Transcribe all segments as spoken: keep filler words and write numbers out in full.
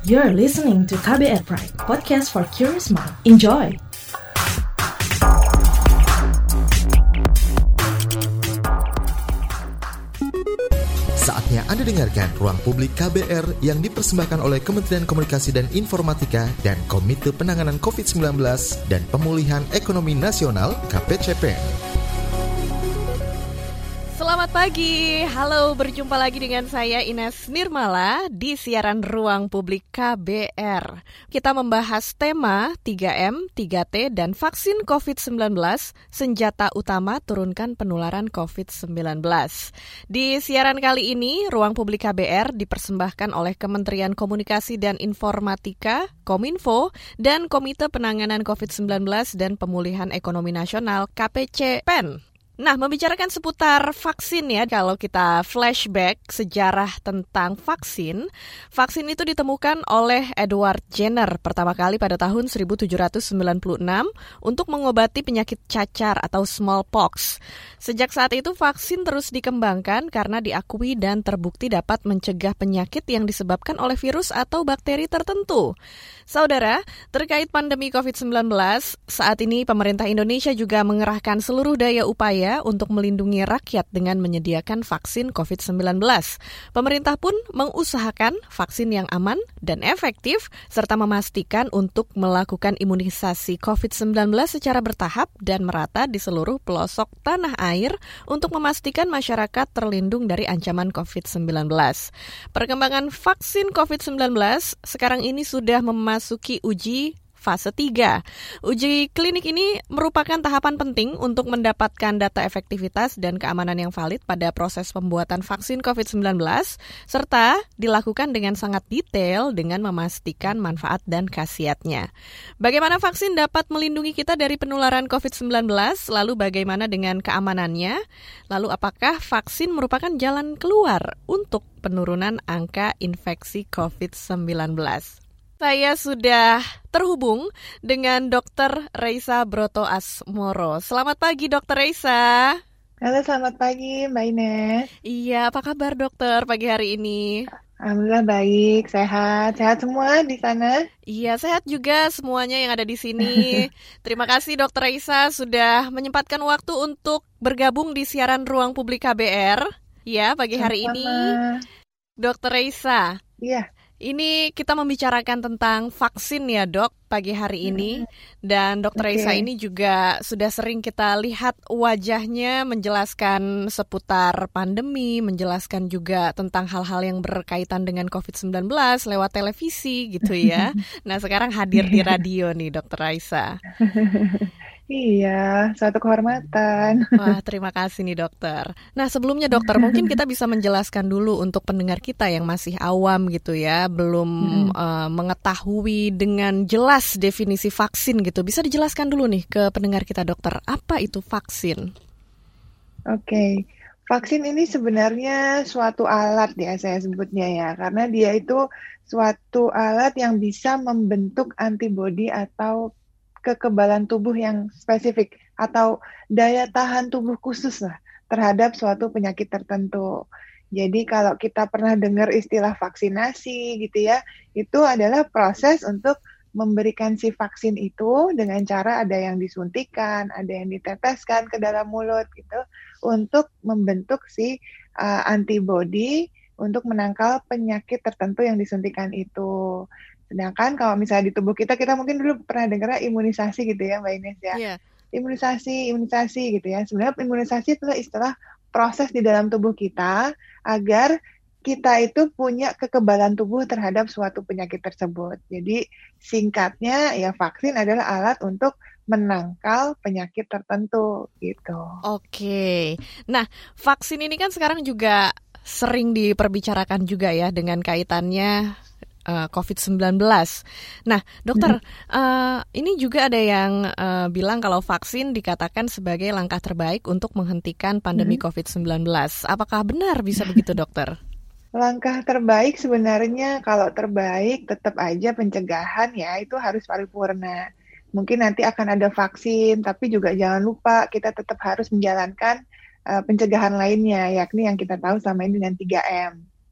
You're listening to K B R Pride, podcast for curious mind. Enjoy! Saatnya Anda dengarkan Ruang Publik K B R yang dipersembahkan oleh Kementerian Komunikasi dan Informatika dan Komite Penanganan covid sembilan belas dan Pemulihan Ekonomi Nasional K P C P N. Selamat pagi, halo, berjumpa lagi dengan saya Ines Nirmala di siaran Ruang Publik K B R. Kita membahas tema tiga M, tiga T, dan vaksin covid sembilan belas, senjata utama turunkan penularan covid sembilan belas. Di siaran kali ini, Ruang Publik K B R dipersembahkan oleh Kementerian Komunikasi dan Informatika, Kominfo, dan Komite Penanganan covid sembilan belas dan Pemulihan Ekonomi Nasional K P C P N. Nah, membicarakan seputar vaksin ya, kalau kita flashback sejarah tentang vaksin, vaksin itu ditemukan oleh Edward Jenner pertama kali pada tahun seribu tujuh ratus sembilan puluh enam untuk mengobati penyakit cacar atau smallpox. Sejak saat itu, vaksin terus dikembangkan karena diakui dan terbukti dapat mencegah penyakit yang disebabkan oleh virus atau bakteri tertentu. Saudara, terkait pandemi covid sembilan belas, saat ini pemerintah Indonesia juga mengerahkan seluruh daya upaya untuk melindungi rakyat dengan menyediakan vaksin covid sembilan belas. Pemerintah pun mengusahakan vaksin yang aman dan efektif serta memastikan untuk melakukan imunisasi covid sembilan belas secara bertahap dan merata di seluruh pelosok tanah air untuk memastikan masyarakat terlindung dari ancaman covid sembilan belas. Perkembangan vaksin covid sembilan belas sekarang ini sudah memasuki uji fase tiga. Uji klinik ini merupakan tahapan penting untuk mendapatkan data efektivitas dan keamanan yang valid pada proses pembuatan vaksin covid sembilan belas, serta dilakukan dengan sangat detail dengan memastikan manfaat dan khasiatnya. Bagaimana vaksin dapat melindungi kita dari penularan covid sembilan belas? Lalu bagaimana dengan keamanannya? Lalu apakah vaksin merupakan jalan keluar untuk penurunan angka infeksi covid sembilan belas? Saya sudah terhubung dengan dokter Reisa Broto Asmoro. Selamat pagi, dokter Reisa. Halo, selamat pagi, Mbak Ines. Iya, apa kabar dokter pagi hari ini? Alhamdulillah baik, sehat. Sehat semua di sana? Iya, sehat juga semuanya yang ada di sini. Terima kasih dokter Reisa sudah menyempatkan waktu untuk bergabung di siaran Ruang Publik K B R. Ya, pagi hari Sama-sama. ini. dokter Reisa. Iya. Ini kita membicarakan tentang vaksin ya dok pagi hari ini, dan dokter Okay. Reisa ini juga sudah sering kita lihat wajahnya menjelaskan seputar pandemi, menjelaskan juga tentang hal-hal yang berkaitan dengan covid sembilan belas lewat televisi gitu ya. Nah sekarang hadir di radio nih dokter Reisa. Iya, suatu kehormatan. Wah, terima kasih nih dokter. Nah sebelumnya dokter, mungkin kita bisa menjelaskan dulu untuk pendengar kita yang masih awam gitu ya, belum Hmm. uh, mengetahui dengan jelas definisi vaksin gitu. Bisa dijelaskan dulu nih ke pendengar kita dokter, apa itu vaksin? Oke, vaksin ini sebenarnya suatu alat ya saya sebutnya ya, karena dia itu suatu alat yang bisa membentuk antibodi atau kekebalan tubuh yang spesifik atau daya tahan tubuh khusus lah terhadap suatu penyakit tertentu. Jadi kalau kita pernah dengar istilah vaksinasi gitu ya, itu adalah proses untuk memberikan si vaksin itu dengan cara ada yang disuntikan, ada yang diteteskan ke dalam mulut gitu untuk membentuk si uh, antibodi untuk menangkal penyakit tertentu yang disuntikan itu. Sedangkan kalau misalnya di tubuh kita, kita mungkin dulu pernah dengar imunisasi gitu ya Mbak Ines ya. Iya. Imunisasi, imunisasi gitu ya. Sebenarnya imunisasi adalah istilah proses di dalam tubuh kita agar kita itu punya kekebalan tubuh terhadap suatu penyakit tersebut. Jadi singkatnya ya vaksin adalah alat untuk menangkal penyakit tertentu gitu. Oke. Nah, vaksin ini kan sekarang juga sering diperbicarakan juga ya dengan kaitannya Uh, covid sembilan belas. Nah, dokter, uh, ini juga ada yang uh, bilang kalau vaksin dikatakan sebagai langkah terbaik untuk menghentikan pandemi covid sembilan belas. Apakah benar bisa begitu, dokter? Langkah terbaik sebenarnya kalau terbaik tetap aja pencegahan ya, itu harus paripurna. Mungkin nanti akan ada vaksin, tapi juga jangan lupa kita tetap harus menjalankan uh, pencegahan lainnya, yakni yang kita tahu selama ini dengan tiga M.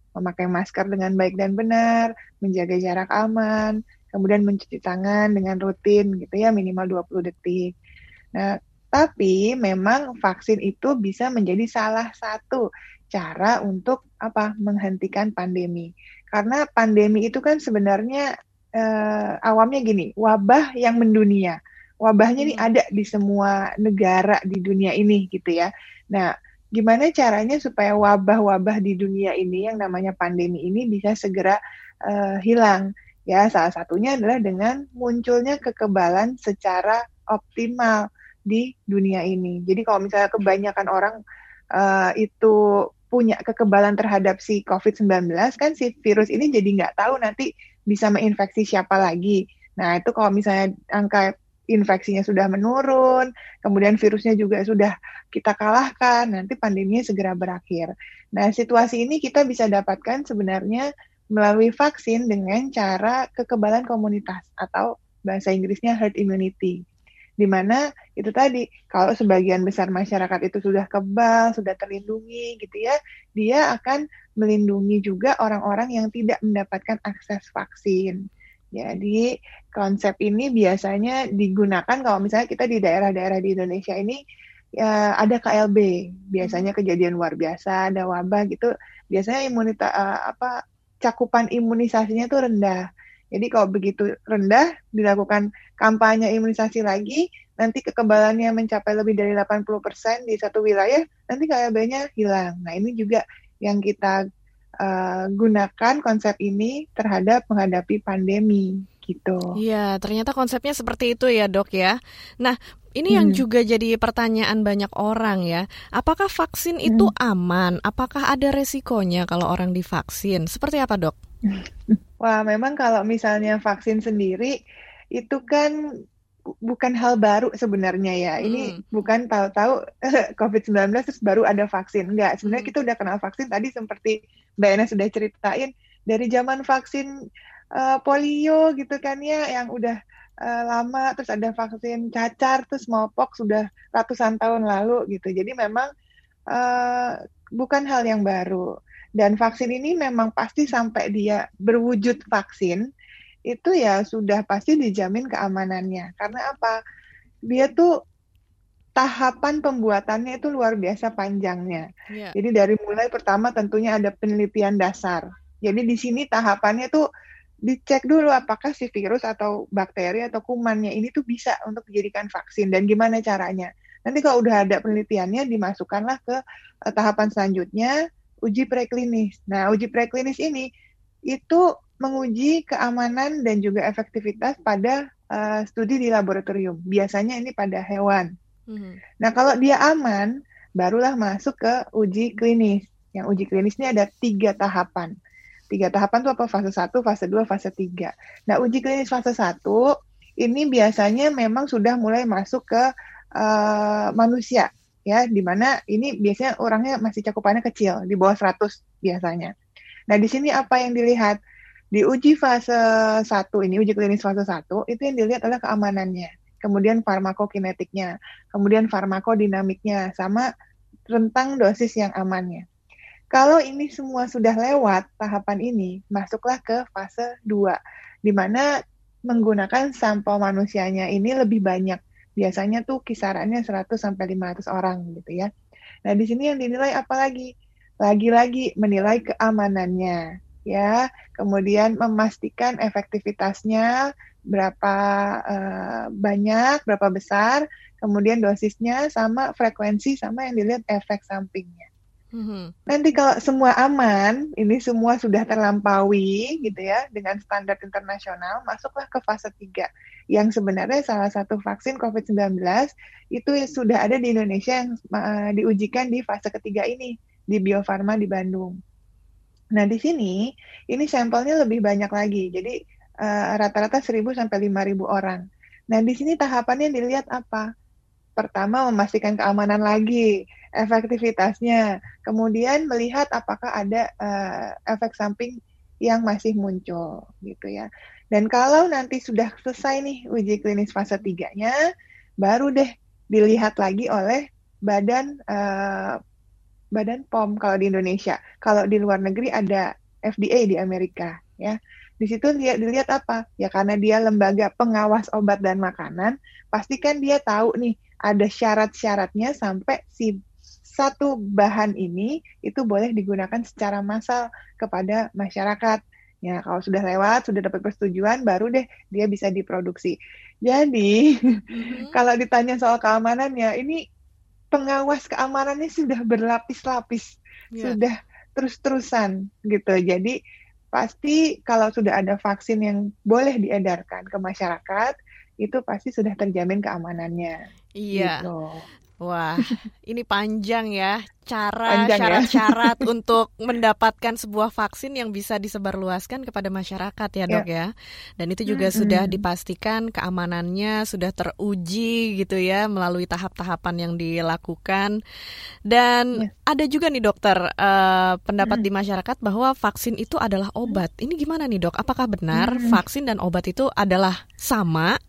memakai masker dengan baik dan benar, menjaga jarak aman, kemudian mencuci tangan dengan rutin gitu ya, minimal dua puluh detik. Nah, tapi memang vaksin itu bisa menjadi salah satu cara untuk apa? Menghentikan pandemi. Karena pandemi itu kan sebenarnya eh, awamnya gini, wabah yang mendunia. Wabahnya ini Hmm. ada di semua negara di dunia ini gitu ya. Nah, gimana caranya supaya wabah-wabah di dunia ini yang namanya pandemi ini bisa segera uh, hilang? Ya, salah satunya adalah dengan munculnya kekebalan secara optimal di dunia ini. Jadi kalau misalnya kebanyakan orang uh, itu punya kekebalan terhadap si covid sembilan belas, kan si virus ini jadi nggak tahu nanti bisa menginfeksi siapa lagi. Nah, itu kalau misalnya angka infeksinya sudah menurun, kemudian virusnya juga sudah kita kalahkan, nanti pandeminya segera berakhir. Nah, situasi ini kita bisa dapatkan sebenarnya melalui vaksin dengan cara kekebalan komunitas atau bahasa Inggrisnya herd immunity. Di mana itu tadi, kalau sebagian besar masyarakat itu sudah kebal, sudah terlindungi gitu ya, dia akan melindungi juga orang-orang yang tidak mendapatkan akses vaksin. Jadi konsep ini biasanya digunakan kalau misalnya kita di daerah-daerah di Indonesia ini ya, ada K L B, biasanya kejadian luar biasa, ada wabah gitu, biasanya imunitas uh, apa cakupan imunisasinya tuh rendah. Jadi kalau begitu rendah, dilakukan kampanye imunisasi lagi, nanti kekebalannya mencapai lebih dari delapan puluh persen di satu wilayah, nanti K L B-nya hilang. Nah, ini juga yang kita uh, gunakan konsep ini terhadap menghadapi pandemi gitu. Iya, ternyata konsepnya seperti itu ya, Dok ya. Nah, ini yang Hmm. juga jadi pertanyaan banyak orang ya. Apakah vaksin itu aman? Apakah ada resikonya kalau orang divaksin? Seperti apa, Dok? Wah, memang kalau misalnya vaksin sendiri itu kan bu- bukan hal baru sebenarnya ya. Ini Hmm. bukan tahu-tahu covid sembilan belas terus baru ada vaksin. Enggak, sebenarnya Hmm. kita udah kenal vaksin tadi seperti Mbak Ena sudah ceritain dari zaman vaksin eh, polio gitu kan ya, yang udah eh, lama, terus ada vaksin cacar, terus smallpox sudah ratusan tahun lalu gitu. Jadi memang eh, bukan hal yang baru. Dan vaksin ini memang pasti sampai dia berwujud vaksin, itu ya sudah pasti dijamin keamanannya. Karena apa? Dia tuh tahapan pembuatannya itu luar biasa panjangnya. Ya. Jadi dari mulai pertama tentunya ada penelitian dasar. Jadi di sini tahapannya tuh dicek dulu apakah si virus atau bakteri atau kumannya ini tuh bisa untuk dijadikan vaksin dan gimana caranya. Nanti kalau udah ada penelitiannya dimasukkanlah ke uh, tahapan selanjutnya, uji preklinis. Nah, uji preklinis ini itu menguji keamanan dan juga efektivitas pada uh, studi di laboratorium. Biasanya ini pada hewan. Hmm. Nah, kalau dia aman, barulah masuk ke uji klinis. Yang uji klinis ini ada tiga tahapan. Tiga tahapan itu apa? Fase satu, fase dua, fase tiga. Nah, uji klinis fase satu ini biasanya memang sudah mulai masuk ke uh, manusia. Ya, di mana ini biasanya orangnya masih cakupannya kecil, di bawah seratus biasanya. Nah, di sini apa yang dilihat? Di uji fase satu ini, uji klinis fase satu, itu yang dilihat adalah keamanannya. Kemudian farmakokinetiknya, kemudian farmakodinamiknya, sama rentang dosis yang amannya. Kalau ini semua sudah lewat tahapan ini, masuklah ke fase dua, di mana menggunakan sampel manusianya ini lebih banyak. Biasanya tuh kisarannya seratus sampai lima ratus orang gitu ya. Nah, di sini yang dinilai apa lagi? Lagi-lagi menilai keamanannya, ya. Kemudian memastikan efektivitasnya berapa uh, banyak, berapa besar, kemudian dosisnya sama frekuensi sama yang dilihat efek sampingnya. Hmm. Nanti kalau semua aman, ini semua sudah terlampaui gitu ya dengan standar internasional, masuklah ke fase tiga yang sebenarnya salah satu vaksin covid sembilan belas itu sudah ada di Indonesia yang uh, diujikan di fase ketiga ini di Bio Farma di Bandung. Nah, di sini ini sampelnya lebih banyak lagi. Jadi uh, rata-rata seribu sampai lima ribu orang. Nah, di sini tahapannya dilihat apa? Pertama, memastikan keamanan lagi, efektivitasnya. Kemudian melihat apakah ada uh, efek samping yang masih muncul, gitu ya. Dan kalau nanti sudah selesai nih uji klinis fase tiga-nya, baru deh dilihat lagi oleh badan uh, badan P O M kalau di Indonesia. Kalau di luar negeri ada F D A di Amerika, ya. Di situ dia dilihat apa? Ya karena dia lembaga pengawas obat dan makanan, pasti kan dia tahu nih ada syarat-syaratnya sampai si satu bahan ini itu boleh digunakan secara massal kepada masyarakat. Ya, kalau sudah lewat, sudah dapat persetujuan, baru deh dia bisa diproduksi. Jadi, mm-hmm. kalau ditanya soal keamanannya, ini pengawas keamanannya sudah berlapis-lapis, yeah. sudah terus-terusan gitu. Jadi, pasti kalau sudah ada vaksin yang boleh diedarkan ke masyarakat, itu pasti sudah terjamin keamanannya. Iya. Gitu. Wah, ini panjang ya cara panjang syarat-syarat ya? untuk mendapatkan sebuah vaksin yang bisa disebarluaskan kepada masyarakat ya dok ya. ya. Dan itu juga mm-hmm. sudah dipastikan keamanannya sudah teruji gitu ya melalui tahap-tahapan yang dilakukan. Dan yeah. ada juga nih dokter uh, pendapat mm-hmm. di masyarakat bahwa vaksin itu adalah obat. Ini gimana nih dok? Apakah benar mm-hmm. vaksin dan obat itu adalah sama?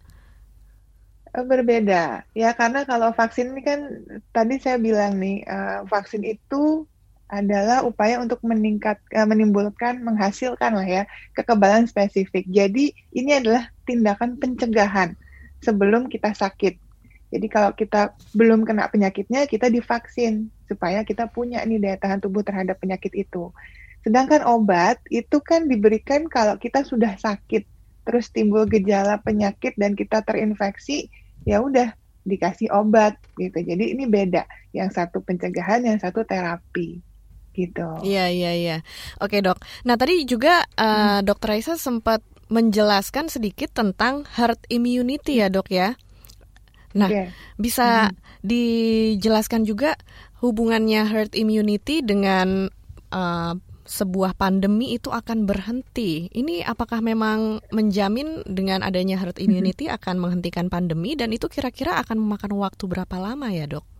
Berbeda ya, karena kalau vaksin ini kan tadi saya bilang nih uh, vaksin itu adalah upaya untuk meningkat uh, menimbulkan menghasilkan lah ya kekebalan spesifik. Jadi ini adalah tindakan pencegahan sebelum kita sakit. Jadi kalau kita belum kena penyakitnya, kita divaksin supaya kita punya nih daya tahan tubuh terhadap penyakit itu. Sedangkan obat itu kan diberikan kalau kita sudah sakit, terus timbul gejala penyakit dan kita terinfeksi, ya udah dikasih obat gitu. Jadi ini beda, yang satu pencegahan, yang satu terapi gitu. Iya iya iya. Oke dok. Nah tadi juga uh, hmm. dokter Raisa sempat menjelaskan sedikit tentang herd immunity ya dok ya. Nah okay. bisa hmm. dijelaskan juga hubungannya herd immunity dengan uh, sebuah pandemi itu akan berhenti. Ini apakah memang menjamin dengan adanya herd immunity akan menghentikan pandemi dan itu kira-kira akan memakan waktu berapa lama ya dok?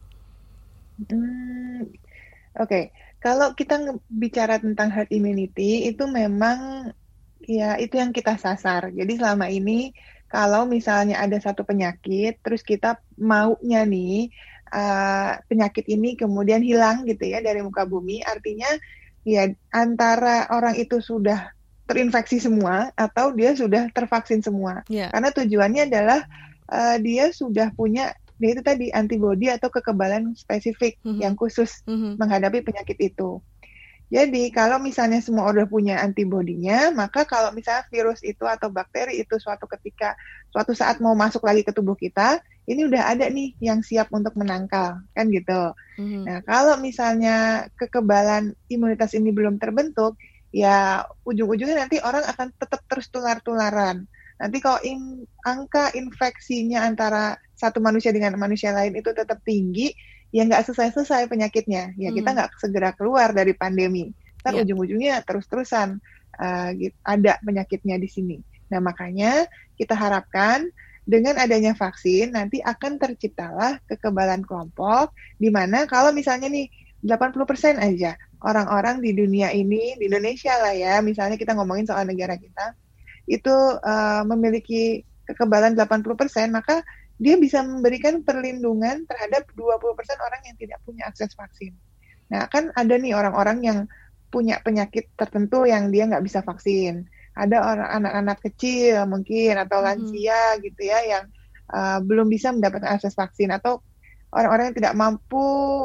Hmm, Oke, okay. Kalau kita bicara tentang herd immunity itu memang ya itu yang kita sasar. Jadi selama ini kalau misalnya ada satu penyakit, terus kita maunya nih uh, penyakit ini kemudian hilang gitu ya dari muka bumi, artinya ya antara orang itu sudah terinfeksi semua atau dia sudah tervaksin semua. Yeah. Karena tujuannya adalah uh, dia sudah punya, dia itu tadi antibodi atau kekebalan spesifik mm-hmm. yang khusus mm-hmm. menghadapi penyakit itu. Jadi kalau misalnya semua udah punya antibodinya, maka kalau misalnya virus itu atau bakteri itu suatu ketika, suatu saat mau masuk lagi ke tubuh kita, ini udah ada nih yang siap untuk menangkal, kan gitu. Mm-hmm. Nah kalau misalnya kekebalan imunitas ini belum terbentuk, ya ujung-ujungnya nanti orang akan tetap terus tular-tularan. Nanti kalau in, angka infeksinya antara satu manusia dengan manusia lain itu tetap tinggi, ya nggak selesai-selesai penyakitnya. Ya kita nggak hmm. segera keluar dari pandemi. Ntar yeah. ujung-ujungnya terus-terusan uh, gitu, ada penyakitnya di sini. Nah makanya kita harapkan dengan adanya vaksin nanti akan terciptalah kekebalan kelompok, di mana kalau misalnya nih delapan puluh persen aja orang-orang di dunia ini, di Indonesia lah ya, misalnya kita ngomongin soal negara kita, itu uh, memiliki kekebalan delapan puluh persen, maka dia bisa memberikan perlindungan terhadap dua puluh persen orang yang tidak punya akses vaksin. Nah, kan ada nih orang-orang yang punya penyakit tertentu yang dia nggak bisa vaksin. Ada orang anak-anak kecil mungkin, atau lansia hmm. gitu ya, yang uh, belum bisa mendapatkan akses vaksin. Atau orang-orang yang tidak mampu,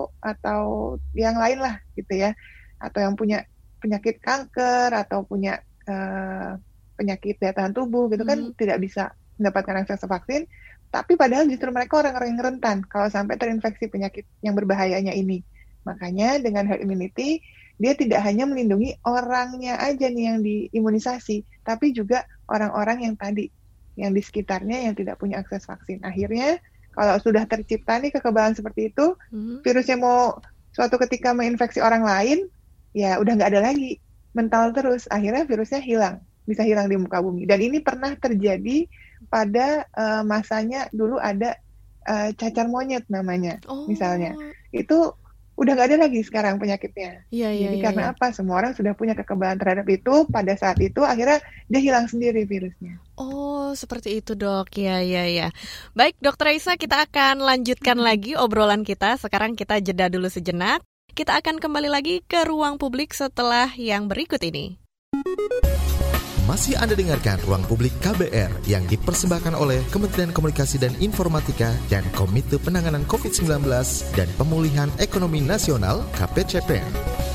atau yang lain lah gitu ya. Atau yang punya penyakit kanker, atau punya uh, penyakit daya tahan tubuh gitu hmm. kan tidak bisa mendapatkan akses vaksin. Tapi padahal justru mereka orang-orang yang rentan kalau sampai terinfeksi penyakit yang berbahayanya ini. Makanya dengan herd immunity, dia tidak hanya melindungi orangnya aja nih yang diimunisasi, tapi juga orang-orang yang tadi, yang di sekitarnya yang tidak punya akses vaksin. Akhirnya kalau sudah tercipta nih kekebalan seperti itu, mm-hmm. virusnya mau suatu ketika menginfeksi orang lain, ya udah nggak ada lagi, mental terus. Akhirnya virusnya hilang, bisa hilang di muka bumi. Dan ini pernah terjadi pada uh, masanya dulu ada uh, cacar monyet namanya, oh. misalnya. Itu udah nggak ada lagi sekarang penyakitnya. Ya, ya, Jadi ya, karena ya. apa? Semua orang sudah punya kekebalan terhadap itu, pada saat itu akhirnya dia hilang sendiri virusnya. Oh, seperti itu dok. Ya, ya, ya. Baik, Dokter Raisa, kita akan lanjutkan hmm. lagi obrolan kita. Sekarang kita jeda dulu sejenak. Kita akan kembali lagi ke ruang publik setelah yang berikut ini. Masih Anda dengarkan Ruang Publik K B R yang dipersembahkan oleh Kementerian Komunikasi dan Informatika dan Komite Penanganan covid sembilan belas dan Pemulihan Ekonomi Nasional K P C P N.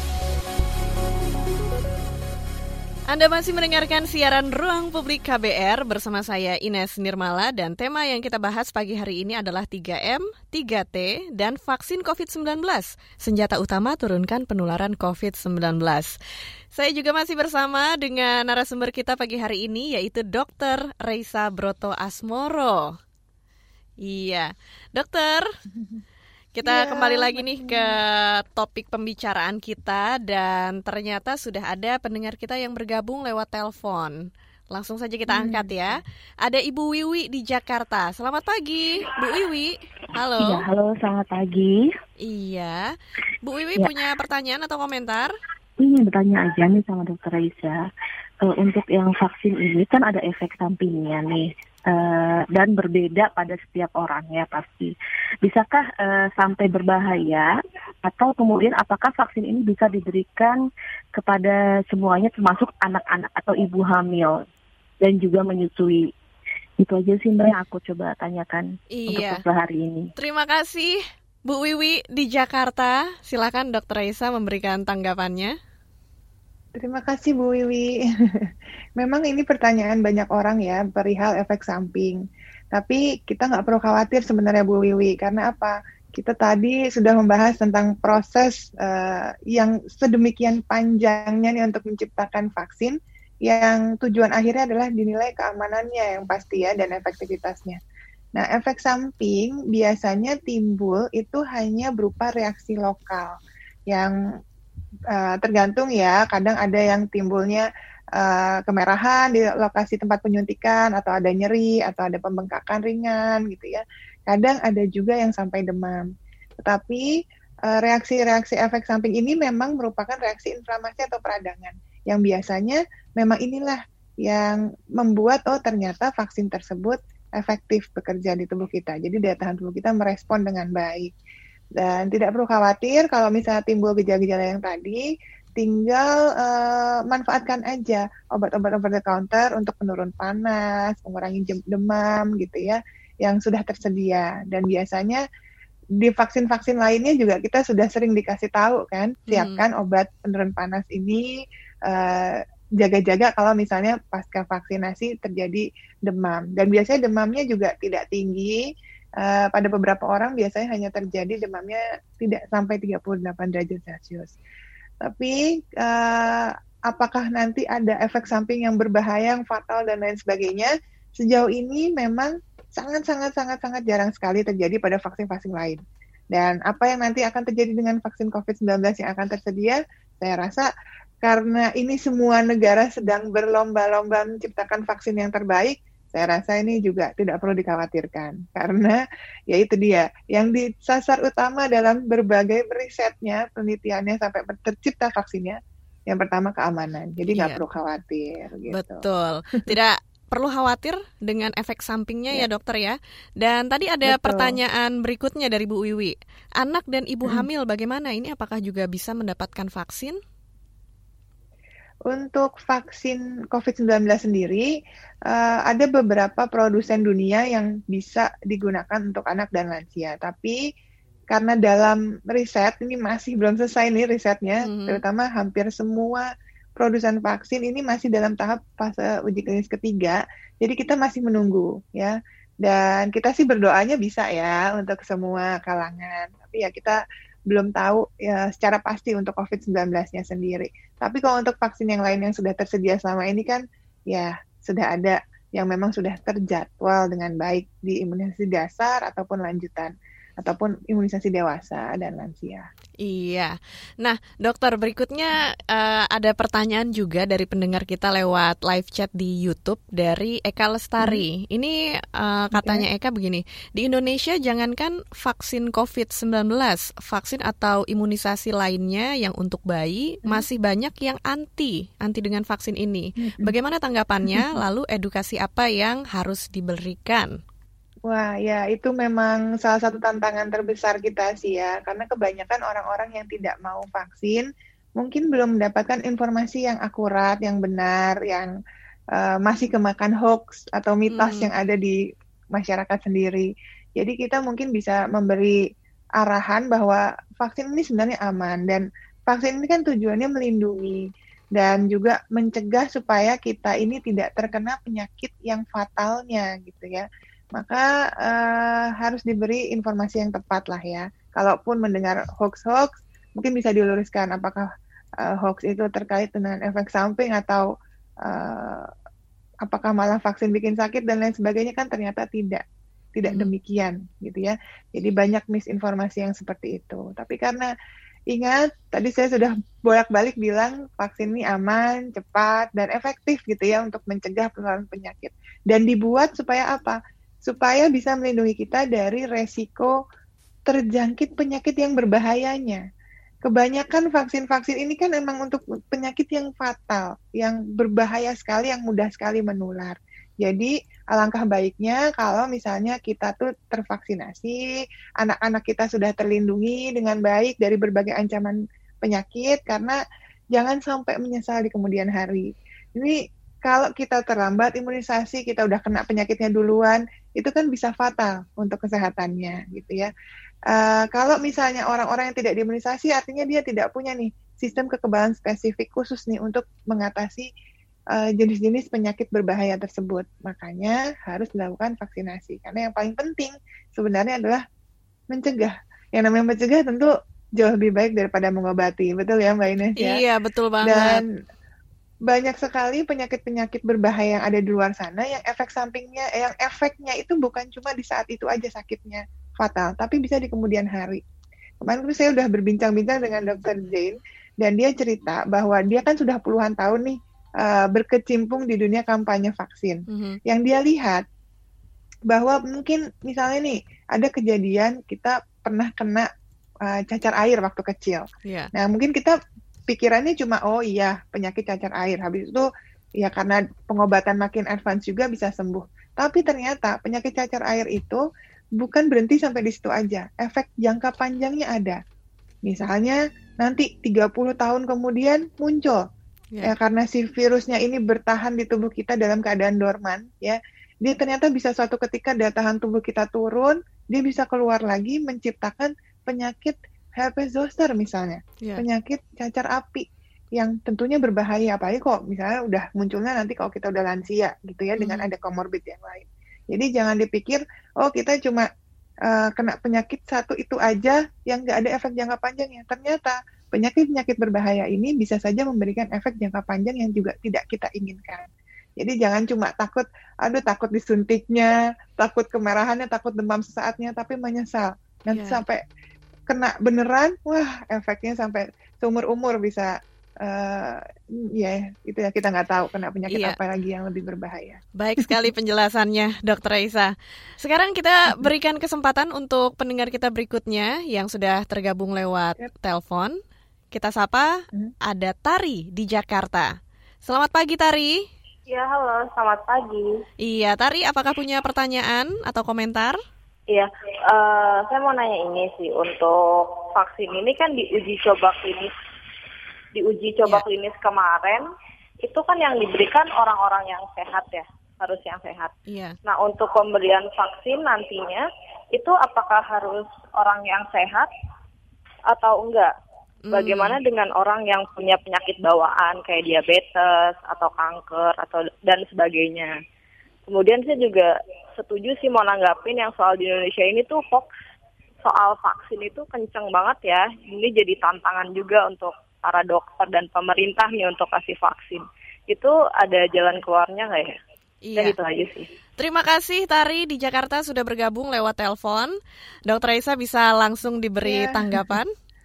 Anda masih mendengarkan siaran Ruang Publik K B R bersama saya Ines Nirmala dan tema yang kita bahas pagi hari ini adalah tiga M, tiga T, dan vaksin covid sembilan belas. Senjata utama turunkan penularan covid sembilan belas. Saya juga masih bersama dengan narasumber kita pagi hari ini yaitu dokter Reisa Broto Asmoro. Iya, dokter. Kita ya, kembali lagi nih ke topik pembicaraan kita dan ternyata sudah ada pendengar kita yang bergabung lewat telepon. Langsung saja kita angkat ya. Ada Ibu Wiwi di Jakarta. Selamat pagi, Bu Wiwi. Halo. Iya, halo, selamat pagi. Iya. Bu Wiwi ya. Punya pertanyaan atau komentar? Ini bertanya aja nih sama dokter Reisa. Uh, untuk yang vaksin ini kan ada efek sampingnya nih. Uh, dan berbeda pada setiap orang ya pasti. Bisakah uh, sampai berbahaya atau kemudian apakah vaksin ini bisa diberikan kepada semuanya termasuk anak-anak atau ibu hamil dan juga menyusui? Itu aja sih Mbak yang aku coba tanyakan iya. untuk hari ini. Terima kasih Bu Wiwi di Jakarta. Silakan dokter Reisa memberikan tanggapannya. Terima kasih Bu Wiwi. Memang ini pertanyaan banyak orang ya perihal efek samping. Tapi kita nggak perlu khawatir sebenarnya Bu Wiwi. Karena apa? Kita tadi sudah membahas tentang proses uh, yang sedemikian panjangnya nih untuk menciptakan vaksin yang tujuan akhirnya adalah dinilai keamanannya yang pasti ya dan efektivitasnya. Nah, efek samping biasanya timbul itu hanya berupa reaksi lokal yang Uh, tergantung ya, kadang ada yang timbulnya uh, kemerahan di lokasi tempat penyuntikan atau ada nyeri atau ada pembengkakan ringan gitu ya. Kadang ada juga yang sampai demam. Tetapi uh, reaksi-reaksi efek samping ini memang merupakan reaksi inflamasi atau peradangan yang biasanya memang inilah yang membuat oh ternyata vaksin tersebut efektif bekerja di tubuh kita. Jadi daya tahan tubuh kita merespon dengan baik. Dan tidak perlu khawatir kalau misalnya timbul gejala-gejala yang tadi, tinggal uh, manfaatkan aja obat-obat over the counter untuk penurun panas, mengurangi demam gitu ya, yang sudah tersedia. Dan biasanya di vaksin-vaksin lainnya juga kita sudah sering dikasih tahu kan, siapkan hmm. obat penurun panas ini, uh, jaga-jaga kalau misalnya pasca vaksinasi terjadi demam. Dan biasanya demamnya juga tidak tinggi. Uh, pada beberapa orang biasanya hanya terjadi demamnya tidak sampai tiga puluh delapan derajat Celcius. Tapi uh, apakah nanti ada efek samping yang berbahaya, yang fatal dan lain sebagainya? Sejauh ini memang sangat-sangat-sangat-sangat jarang sekali terjadi pada vaksin-vaksin lain. Dan apa yang nanti akan terjadi dengan vaksin covid sembilan belas yang akan tersedia? Saya rasa karena ini semua negara sedang berlomba-lomba menciptakan vaksin yang terbaik, saya rasa ini juga tidak perlu dikhawatirkan karena ya itu dia yang disasar utama dalam berbagai risetnya, penelitiannya sampai tercipta vaksinnya. Yang pertama keamanan, jadi nggak iya. perlu khawatir. Gitu. Betul, tidak perlu khawatir dengan efek sampingnya ya. ya dokter ya. Dan tadi ada Betul. pertanyaan berikutnya dari Bu Wiwi, anak dan ibu hmm. hamil bagaimana? Ini apakah juga bisa mendapatkan vaksin? Untuk vaksin covid sembilan belas sendiri, uh, ada beberapa produsen dunia yang bisa digunakan untuk anak dan lansia. Tapi karena dalam riset, ini masih belum selesai nih risetnya, mm-hmm. terutama hampir semua produsen vaksin ini masih dalam tahap fase uji klinis ketiga. Jadi kita masih menunggu ya. Dan kita sih berdoanya bisa ya untuk semua kalangan. Tapi ya kita belum tahu ya secara pasti untuk covid sembilan belas-nya sendiri. Tapi kalau untuk vaksin yang lain yang sudah tersedia selama ini kan ya sudah ada yang memang sudah terjadwal dengan baik di imunisasi dasar ataupun lanjutan ataupun imunisasi dewasa dan lansia. Iya. Nah, dokter berikutnya uh, ada pertanyaan juga dari pendengar kita lewat live chat di YouTube dari Eka Lestari. Hmm. Ini uh, katanya okay. Eka begini, di Indonesia jangankan vaksin covid sembilan belas, vaksin atau imunisasi lainnya yang untuk bayi hmm. masih banyak yang anti, anti dengan vaksin ini. Hmm. Bagaimana tanggapannya? Lalu edukasi apa yang harus diberikan? Wah, ya itu memang salah satu tantangan terbesar kita sih ya, karena kebanyakan orang-orang yang tidak mau vaksin mungkin belum mendapatkan informasi yang akurat, yang benar, yang uh, masih kemakan hoax atau mitos Hmm. yang ada di masyarakat sendiri. Jadi kita mungkin bisa memberi arahan bahwa vaksin ini sebenarnya aman, dan vaksin ini kan tujuannya melindungi dan juga mencegah supaya kita ini tidak terkena penyakit yang fatalnya gitu ya. Maka uh, harus diberi informasi yang tepat lah ya. Kalaupun mendengar hoax-hoax, mungkin bisa diluruskan apakah uh, hoax itu terkait dengan efek samping atau uh, apakah malah vaksin bikin sakit dan lain sebagainya, kan ternyata tidak. Tidak Hmm. demikian gitu ya. Jadi banyak misinformasi yang seperti itu. Tapi karena ingat, tadi saya sudah bolak-balik bilang vaksin ini aman, cepat, dan efektif gitu ya untuk mencegah penularan penyakit. Dan dibuat supaya apa? Supaya bisa melindungi kita dari resiko terjangkit penyakit yang berbahayanya. Kebanyakan vaksin-vaksin ini kan memang untuk penyakit yang fatal, yang berbahaya sekali, yang mudah sekali menular. Jadi alangkah baiknya kalau misalnya kita tuh tervaksinasi, anak-anak kita sudah terlindungi dengan baik dari berbagai ancaman penyakit, karena jangan sampai menyesal di kemudian hari. Ini kalau kita terlambat imunisasi, kita udah kena penyakitnya duluan, itu kan bisa fatal untuk kesehatannya gitu ya. Uh, kalau misalnya orang-orang yang tidak diimunisasi, artinya dia tidak punya nih sistem kekebalan spesifik khusus nih untuk mengatasi uh, jenis-jenis penyakit berbahaya tersebut. Makanya harus dilakukan vaksinasi. Karena yang paling penting sebenarnya adalah mencegah. Yang namanya mencegah tentu jauh lebih baik daripada mengobati. Betul ya Mbak Ines ya? Iya, betul banget. Dan banyak sekali penyakit-penyakit berbahaya yang ada di luar sana yang efek sampingnya, yang efeknya itu bukan cuma di saat itu aja sakitnya fatal, tapi bisa di kemudian hari. Kemarin itu saya udah berbincang-bincang dengan dokter Jane, dan dia cerita bahwa dia kan sudah puluhan tahun nih uh, berkecimpung di dunia kampanye vaksin. Mm-hmm. Yang dia lihat bahwa mungkin misalnya nih ada kejadian kita pernah kena uh, cacar air waktu kecil. Yeah. Nah mungkin kita pikirannya cuma oh iya penyakit cacar air, habis itu ya karena pengobatan makin advance juga bisa sembuh. Tapi ternyata penyakit cacar air itu bukan berhenti sampai di situ aja. Efek jangka panjangnya ada. Misalnya nanti tiga puluh tahun kemudian muncul. Yeah. Ya, karena si virusnya ini bertahan di tubuh kita dalam keadaan dorman. Ya, dia ternyata bisa suatu ketika daya tahan tubuh kita turun, dia bisa keluar lagi menciptakan penyakit herpes zoster misalnya. Yeah. Penyakit cacar api yang tentunya berbahaya. Apalagi kok misalnya udah munculnya nanti kalau kita udah lansia gitu ya, mm-hmm. dengan ada komorbid yang lain. Jadi jangan dipikir, oh kita cuma uh, kena penyakit satu itu aja yang nggak ada efek jangka panjangnya. Ternyata penyakit-penyakit berbahaya ini bisa saja memberikan efek jangka panjang yang juga tidak kita inginkan. Jadi jangan cuma takut, aduh takut disuntiknya, takut kemerahannya, takut demam sesaatnya, tapi menyesal. Nanti yeah. sampai kena beneran, wah efeknya sampai seumur-umur bisa. Uh, ya yeah, itu ya kita nggak tahu kena penyakit yeah. apa lagi yang lebih berbahaya. Baik sekali penjelasannya Dokter Raisa. Sekarang kita berikan kesempatan untuk pendengar kita berikutnya yang sudah tergabung lewat yep. telepon. Kita sapa, hmm. ada Tari di Jakarta. Selamat pagi Tari. Ya halo, selamat pagi. Iya Tari, apakah punya pertanyaan atau komentar? Iya, uh, saya mau nanya ini sih, untuk vaksin ini kan diuji coba klinis diuji coba yeah. klinis kemarin, itu kan yang diberikan orang-orang yang sehat ya, harus yang sehat. Yeah. Nah untuk pemberian vaksin nantinya, itu apakah harus orang yang sehat atau enggak? Mm. Bagaimana dengan orang yang punya penyakit bawaan kayak diabetes atau kanker atau dan sebagainya? Kemudian saya juga setuju sih mau nanggapin yang soal di Indonesia ini tuh hoax soal vaksin itu kenceng banget ya. Ini jadi tantangan juga untuk para dokter dan pemerintah nih untuk kasih vaksin. Itu ada jalan keluarnya nggak ya? Iya. Gitu aja sih. Terima kasih Tari di Jakarta sudah bergabung lewat telepon. Dokter Raisa bisa langsung diberi ya. tanggapan.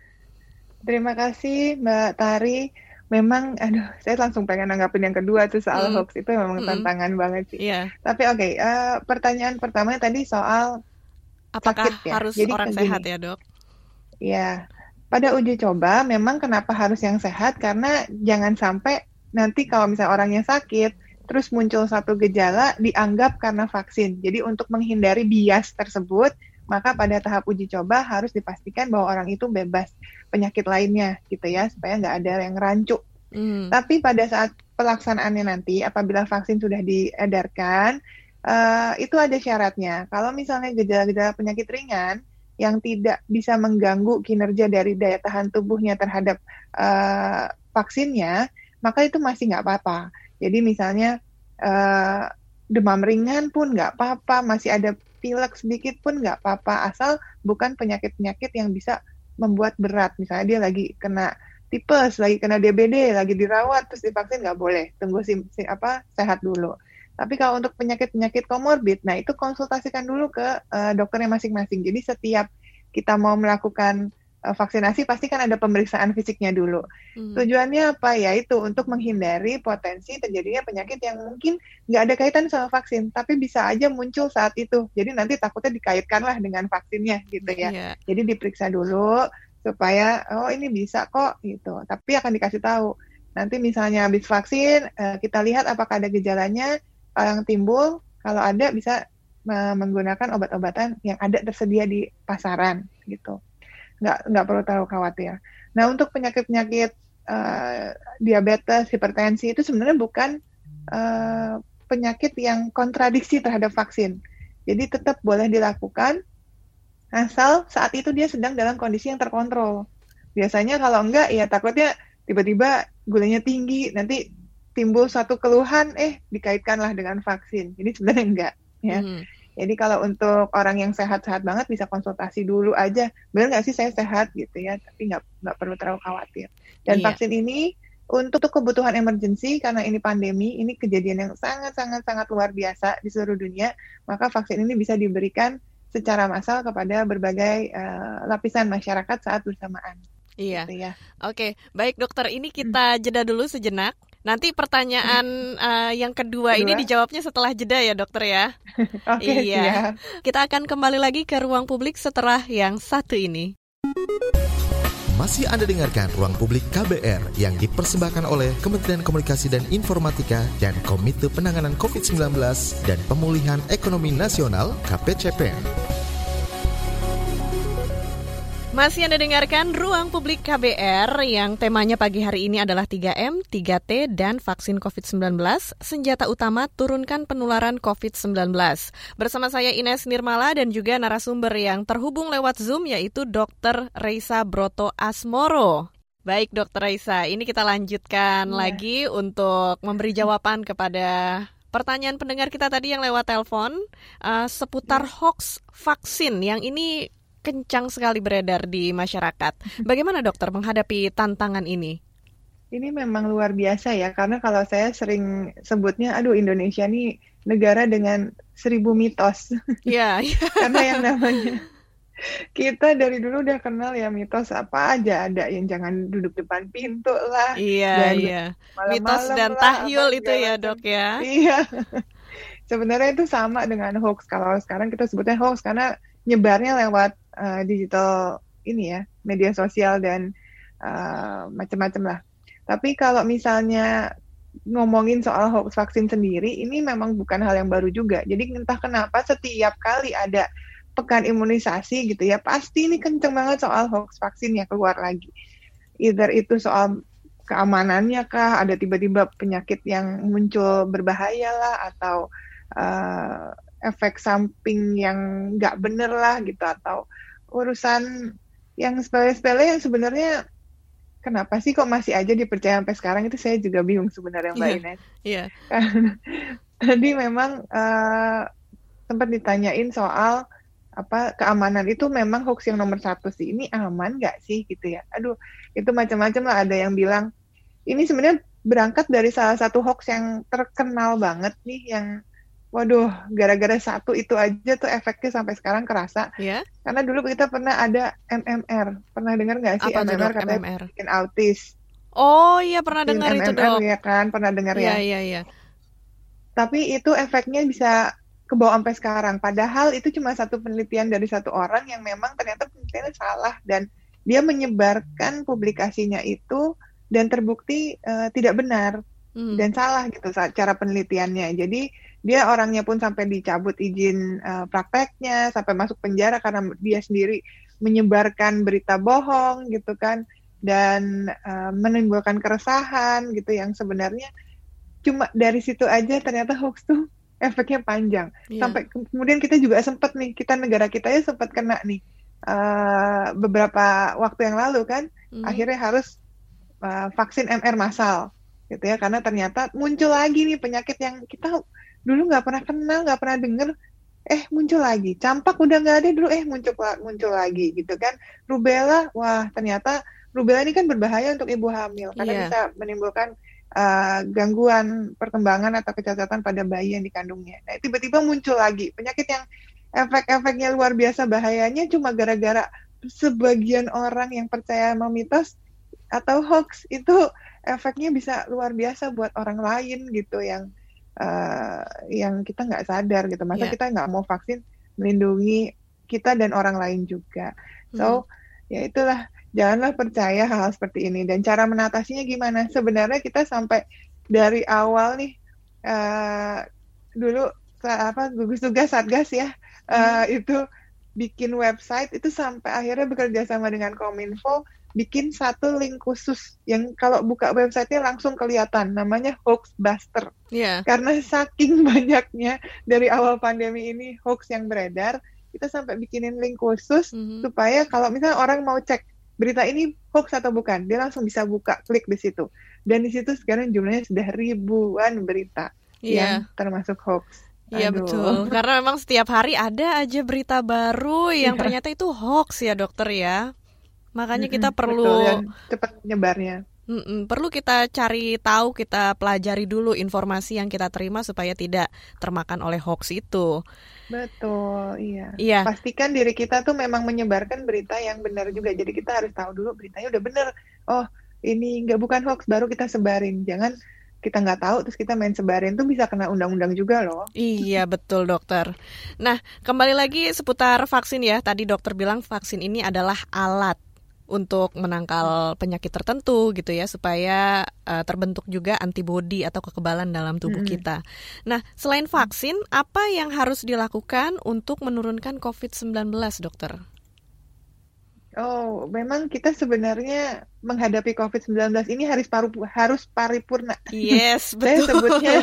Terima kasih Mbak Tari. Memang, aduh, saya langsung pengen nanggapin yang kedua tuh soal hmm. hoax itu memang hmm. tantangan banget sih. Yeah. Tapi oke, okay, uh, pertanyaan pertama tadi soal apakah sakit, ya? harus Jadi, orang gini, sehat ya dok? Ya. Pada uji coba, memang kenapa harus yang sehat? Karena jangan sampai nanti kalau misalnya orangnya sakit, terus muncul satu gejala dianggap karena vaksin. Jadi untuk menghindari bias tersebut, maka pada tahap uji coba harus dipastikan bahwa orang itu bebas penyakit lainnya gitu ya, supaya nggak ada yang rancu. Hmm. Tapi pada saat pelaksanaannya nanti, apabila vaksin sudah diedarkan, uh, itu ada syaratnya. Kalau misalnya gejala-gejala penyakit ringan yang tidak bisa mengganggu kinerja dari daya tahan tubuhnya terhadap uh, vaksinnya, maka itu masih nggak apa-apa. Jadi misalnya uh, demam ringan pun nggak apa-apa, masih ada pilek sedikit pun nggak apa-apa, asal bukan penyakit-penyakit yang bisa membuat berat. Misalnya dia lagi kena tipes, lagi kena D B D, lagi dirawat, terus divaksin nggak boleh, tunggu si, si, apa, sehat dulu. Tapi kalau untuk penyakit-penyakit komorbid, nah itu konsultasikan dulu ke uh, dokternya masing-masing. Jadi setiap kita mau melakukan uh, vaksinasi, pasti kan ada pemeriksaan fisiknya dulu. Hmm. Tujuannya apa? Ya itu untuk menghindari potensi terjadinya penyakit yang mungkin nggak ada kaitan sama vaksin, tapi bisa aja muncul saat itu. Jadi nanti takutnya dikaitkanlah dengan vaksinnya gitu ya. Yeah. Jadi diperiksa dulu supaya oh ini bisa kok gitu. Tapi akan dikasih tahu. Nanti misalnya habis vaksin, uh, kita lihat apakah ada gejalanya yang timbul. Kalau ada bisa uh, menggunakan obat-obatan yang ada tersedia di pasaran gitu. Nggak nggak perlu terlalu khawatir. Nah untuk penyakit-penyakit uh, diabetes, hipertensi itu sebenarnya bukan uh, penyakit yang kontradiksi terhadap vaksin. Jadi tetap boleh dilakukan asal saat itu dia sedang dalam kondisi yang terkontrol. Biasanya kalau enggak ya takutnya tiba-tiba gulanya tinggi, nanti timbul suatu keluhan, eh dikaitkanlah dengan vaksin. Jadi sebenarnya enggak ya. Hmm. Jadi kalau untuk orang yang sehat-sehat banget bisa konsultasi dulu aja. Benar nggak sih saya sehat gitu ya, tapi nggak nggak perlu terlalu khawatir. Dan iya. Vaksin ini untuk kebutuhan emergency karena ini pandemi, ini kejadian yang sangat-sangat-sangat luar biasa di seluruh dunia, maka vaksin ini bisa diberikan secara massal kepada berbagai uh, lapisan masyarakat saat bersamaan. Iya. Gitu ya. Oke, baik dokter, ini kita jeda dulu sejenak. Nanti pertanyaan uh, yang kedua, kedua ini dijawabnya setelah jeda ya dokter ya. Oke, iya. siap. Kita akan kembali lagi ke Ruang Publik setelah yang satu ini. Masih Anda dengarkan Ruang Publik K B R yang dipersembahkan oleh Kementerian Komunikasi dan Informatika dan Komite Penanganan covid sembilan belas dan Pemulihan Ekonomi Nasional K P C P N. Masih Anda dengarkan Ruang Publik K B R yang temanya pagi hari ini adalah tiga M, tiga T, dan vaksin covid sembilan belas, senjata utama turunkan penularan covid sembilan belas. Bersama saya Ines Nirmala dan juga narasumber yang terhubung lewat Zoom yaitu dokter Reisa Broto Asmoro. Baik dokter Reisa, ini kita lanjutkan ya. lagi untuk memberi jawaban kepada pertanyaan pendengar kita tadi yang lewat telepon uh, seputar ya. hoax vaksin yang ini kencang sekali beredar di masyarakat. Bagaimana dokter menghadapi tantangan ini? Ini memang luar biasa ya, karena kalau saya sering sebutnya, aduh Indonesia nih negara dengan seribu mitos. Iya. Yeah. Karena yang namanya kita dari dulu udah kenal ya mitos apa aja ada, yang jangan duduk depan pintu lah. Iya, iya. Mitos dan lah, tahyul itu ya dok ya. Iya. Sebenarnya itu sama dengan hoax. Kalau sekarang kita sebutnya hoax karena nyebarnya lewat uh, digital ini ya, media sosial dan uh, macam-macam lah. Tapi kalau misalnya ngomongin soal hoax vaksin sendiri, ini memang bukan hal yang baru juga. Jadi entah kenapa setiap kali ada pekan imunisasi gitu ya, pasti ini kenceng banget soal hoax vaksin ya keluar lagi. Either itu soal keamanannya kah, ada tiba-tiba penyakit yang muncul berbahaya lah, atau uh, efek samping yang nggak bener lah gitu, atau urusan yang sepele-sepele yang sebenarnya kenapa sih kok masih aja dipercaya sampai sekarang, itu saya juga bingung sebenarnya Mbak yeah. Ines. Iya. Yeah. Tadi memang uh, sempat ditanyain soal apa keamanan, itu memang hoax yang nomor satu sih. Ini aman nggak sih gitu ya? Aduh, itu macam-macam lah. Ada yang bilang ini sebenarnya berangkat dari salah satu hoax yang terkenal banget nih, yang waduh, gara-gara satu itu aja tuh efeknya sampai sekarang kerasa. Yeah. Karena dulu kita pernah ada M M R. Pernah dengar nggak sih? Apa M M R dok, katanya M M R? Bikin autis. Oh iya, pernah dengar M M R, itu dok. Ya kan, pernah dengar yeah, ya. Iya, iya, iya. Tapi itu efeknya bisa ke bawah sampai sekarang. Padahal itu cuma satu penelitian dari satu orang yang memang ternyata penelitiannya salah. Dan dia menyebarkan publikasinya itu dan terbukti uh, tidak benar. Hmm. Dan salah gitu cara penelitiannya. Jadi dia orangnya pun sampai dicabut izin uh, prakteknya, sampai masuk penjara karena dia sendiri menyebarkan berita bohong gitu kan, dan uh, menimbulkan keresahan gitu yang sebenarnya cuma dari situ aja ternyata hoax tuh efeknya panjang. Yeah. Sampai kemudian kita juga sempat nih, kita negara kita ya sempat kena nih uh, beberapa waktu yang lalu kan, mm. akhirnya harus uh, vaksin M R massal gitu ya, karena ternyata muncul lagi nih penyakit yang kita dulu nggak pernah kenal, nggak pernah dengar, eh muncul lagi. Campak udah nggak ada dulu, eh muncul muncul lagi gitu kan. Rubella, wah ternyata rubella ini kan berbahaya untuk ibu hamil karena yeah. bisa menimbulkan uh, gangguan perkembangan atau kecacatan pada bayi yang dikandungnya. Nah tiba-tiba muncul lagi penyakit yang efek-efeknya luar biasa bahayanya cuma gara-gara sebagian orang yang percaya sama mitos atau hoax, itu efeknya bisa luar biasa buat orang lain gitu yang Uh, yang kita nggak sadar gitu, masa yeah. kita nggak mau vaksin melindungi kita dan orang lain juga. So mm. ya itulah, janganlah percaya hal-hal seperti ini. Dan cara menatasinya gimana? Sebenarnya kita sampai dari awal nih uh, dulu apa gugus tugas Satgas ya uh, mm. itu bikin website itu sampai akhirnya bekerja sama dengan Kominfo bikin satu link khusus yang kalau buka websitenya langsung kelihatan, namanya Hoaxbuster. Yeah. Karena saking banyaknya dari awal pandemi ini hoax yang beredar, kita sampai bikinin link khusus mm-hmm. supaya kalau misalnya orang mau cek berita ini hoax atau bukan, dia langsung bisa buka, klik di situ. Dan di situ sekarang jumlahnya sudah ribuan berita yeah. yang termasuk hoax. Iya betul, karena memang setiap hari ada aja berita baru yang yeah. ternyata itu hoax ya dokter ya. Makanya kita mm-hmm, perlu cepat menyebarnya. Mm-mm, perlu kita cari tahu, kita pelajari dulu informasi yang kita terima supaya tidak termakan oleh hoax itu. Betul, iya. Iya. Pastikan diri kita tuh memang menyebarkan berita yang benar juga. Jadi kita harus tahu dulu beritanya udah benar. Oh, ini nggak bukan hoax, baru kita sebarin. Jangan kita nggak tahu terus kita main sebarin, tuh bisa kena undang-undang juga loh. Iya betul dokter. Nah kembali lagi seputar vaksin ya. Tadi dokter bilang vaksin ini adalah alat untuk menangkal penyakit tertentu gitu ya, supaya uh, terbentuk juga antibodi atau kekebalan dalam tubuh mm-hmm. kita. Nah, selain vaksin, apa yang harus dilakukan untuk menurunkan covid sembilan belas, dokter? Oh, memang kita sebenarnya menghadapi covid sembilan belas ini harus paru harus paripurna. Yes, betul. saya sebutnya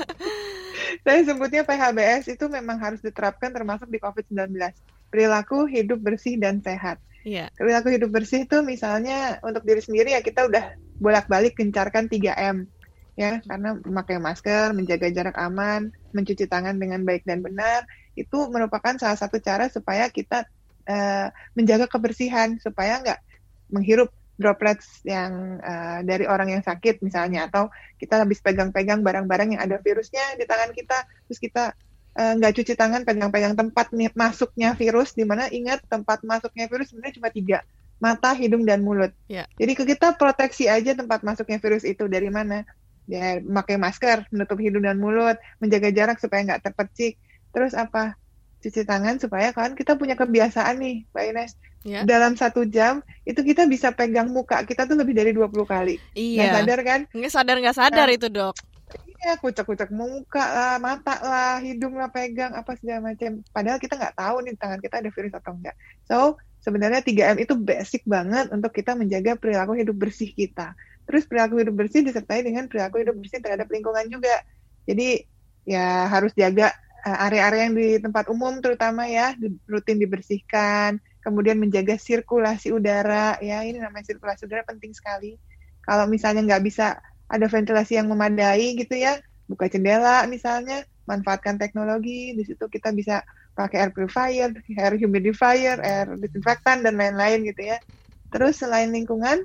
saya sebutnya P H B S itu memang harus diterapkan termasuk di covid sembilan belas. Perilaku hidup bersih dan sehat. Yeah. Perilaku hidup bersih itu misalnya untuk diri sendiri ya kita udah bolak-balik gencarkan tiga M ya, karena memakai masker, menjaga jarak aman, mencuci tangan dengan baik dan benar, itu merupakan salah satu cara supaya kita uh, menjaga kebersihan, supaya nggak menghirup droplets yang uh, dari orang yang sakit misalnya, atau kita habis pegang-pegang barang-barang yang ada virusnya di tangan kita, terus kita nggak uh, cuci tangan, pegang-pegang tempat nih, masuknya virus, di mana ingat tempat masuknya virus sebenarnya cuma tiga, mata, hidung, dan mulut. Yeah. Jadi kita proteksi aja tempat masuknya virus itu dari mana? Ya, memakai masker, menutup hidung dan mulut, menjaga jarak supaya nggak terpercik. Terus apa? Cuci tangan supaya kan kita punya kebiasaan nih, Mbak Ines. Yeah. Dalam satu jam itu kita bisa pegang muka kita tuh lebih dari dua puluh kali. Iya. Nggak sadar kan? Nggak sadar nggak sadar nah, itu dok. Iya, kucek-kucek muka lah, mata lah, hidung lah, pegang apa segala macam. Padahal kita nggak tahu nih tangan kita ada virus atau enggak. So, sebenarnya tiga M itu basic banget untuk kita menjaga perilaku hidup bersih kita. Terus perilaku hidup bersih disertai dengan perilaku hidup bersih terhadap lingkungan juga. Jadi, ya harus jaga uh, area-area yang di tempat umum terutama ya, rutin dibersihkan. Kemudian menjaga sirkulasi udara, ya ini namanya sirkulasi udara penting sekali. Kalau misalnya nggak bisa ada ventilasi yang memadai gitu ya, buka jendela misalnya, manfaatkan teknologi, di situ kita bisa pakai air purifier, air humidifier, air disinfektan, dan lain-lain gitu ya. Terus selain lingkungan,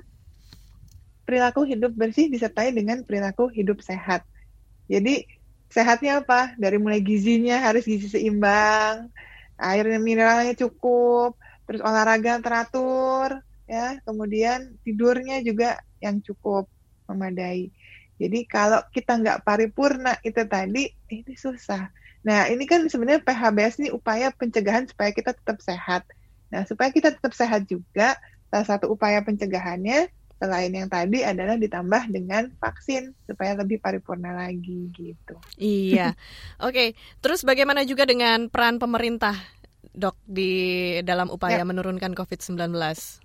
perilaku hidup bersih disertai dengan perilaku hidup sehat. Jadi sehatnya apa? Dari mulai gizinya harus gizi seimbang, air mineralnya cukup, terus olahraga teratur, ya, kemudian tidurnya juga yang cukup memadai. Jadi kalau kita nggak paripurna itu tadi, ini susah. Nah ini kan sebenarnya P H B S ini upaya pencegahan supaya kita tetap sehat. Nah supaya kita tetap sehat juga, salah satu upaya pencegahannya selain yang tadi adalah ditambah dengan vaksin supaya lebih paripurna lagi gitu. Iya. Oke, okay. Terus bagaimana juga dengan peran pemerintah, Dok, di dalam upaya ya. menurunkan covid sembilan belas?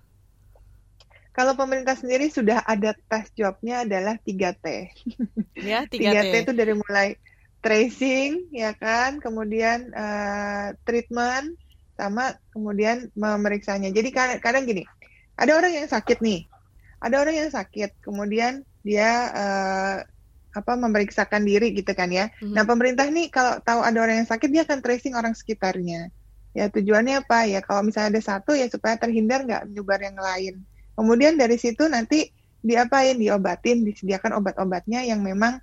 Kalau pemerintah sendiri sudah ada tes jobnya adalah tiga T. Ya, tiga T. tiga T itu dari mulai tracing, ya kan, kemudian uh, treatment, sama kemudian memeriksanya. Jadi kadang gini, ada orang yang sakit nih, ada orang yang sakit, kemudian dia uh, apa memeriksakan diri gitu kan ya. Mm-hmm. Nah pemerintah nih kalau tahu ada orang yang sakit, dia akan tracing orang sekitarnya. Ya tujuannya apa ya? Kalau misalnya ada satu ya supaya terhindar nggak menyebar yang lain. Kemudian dari situ nanti diapain, diobatin, disediakan obat-obatnya yang memang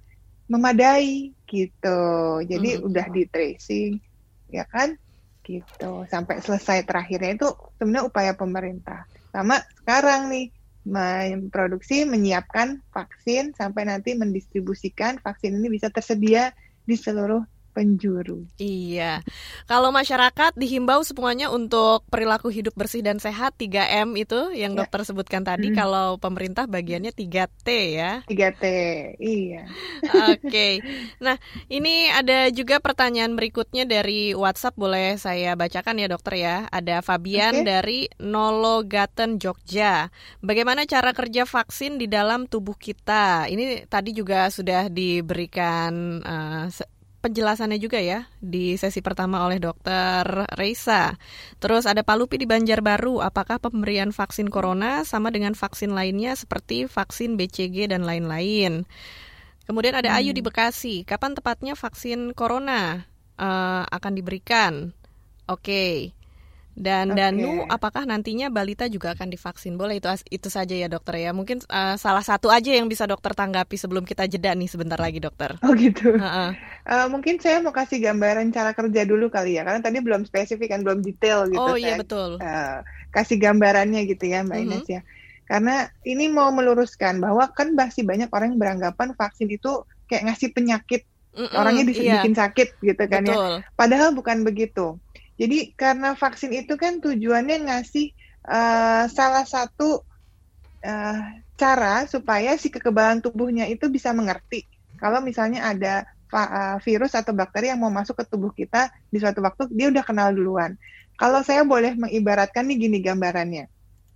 memadai gitu. Jadi mm-hmm. udah di tracing, ya kan, gitu sampai selesai. Terakhirnya itu sebenarnya upaya pemerintah. Sama sekarang nih memproduksi, menyiapkan vaksin sampai nanti mendistribusikan vaksin ini bisa tersedia di seluruh penjuru. Iya. Kalau masyarakat dihimbau semuanya untuk perilaku hidup bersih dan sehat, tiga M itu yang ya. dokter sebutkan tadi. Hmm. Kalau pemerintah bagiannya tiga T ya. tiga T, iya. Oke. Okay. Nah, ini ada juga pertanyaan berikutnya dari WhatsApp, boleh saya bacakan ya dokter ya. Ada Fabian okay. dari Nologaten, Jogja. Bagaimana cara kerja vaksin di dalam tubuh kita? Ini tadi juga sudah diberikan uh, penjelasannya juga ya di sesi pertama oleh dokter Reisa. Terus ada Pak Lupi di Banjarbaru, apakah pemberian vaksin corona sama dengan vaksin lainnya seperti vaksin B C G dan lain-lain? Kemudian ada hmm. Ayu di Bekasi, kapan tepatnya vaksin corona uh, akan diberikan? Oke. Okay. Dan okay. Danu, apakah nantinya balita juga akan divaksin? Boleh, itu itu saja ya dokter ya. Mungkin uh, salah satu aja yang bisa dokter tanggapi sebelum kita jeda nih sebentar lagi dokter. Oh gitu. Uh-uh. Uh, mungkin saya mau kasih gambaran cara kerja dulu kali ya, karena tadi belum spesifik kan, belum detail gitu. Oh iya saya, betul. Uh, kasih gambarannya gitu ya Mbak uh-huh. Ines ya. Karena ini mau meluruskan bahwa kan masih banyak orang yang beranggapan vaksin itu kayak ngasih penyakit, uh-uh, orangnya dis- iya. bikin sakit gitu kan betul. Ya. Padahal bukan begitu. Jadi karena vaksin itu kan tujuannya ngasih uh, salah satu uh, cara supaya si kekebalan tubuhnya itu bisa mengerti kalau misalnya ada va- uh, virus atau bakteri yang mau masuk ke tubuh kita di suatu waktu, dia udah kenal duluan. Kalau saya boleh mengibaratkan nih gini gambarannya.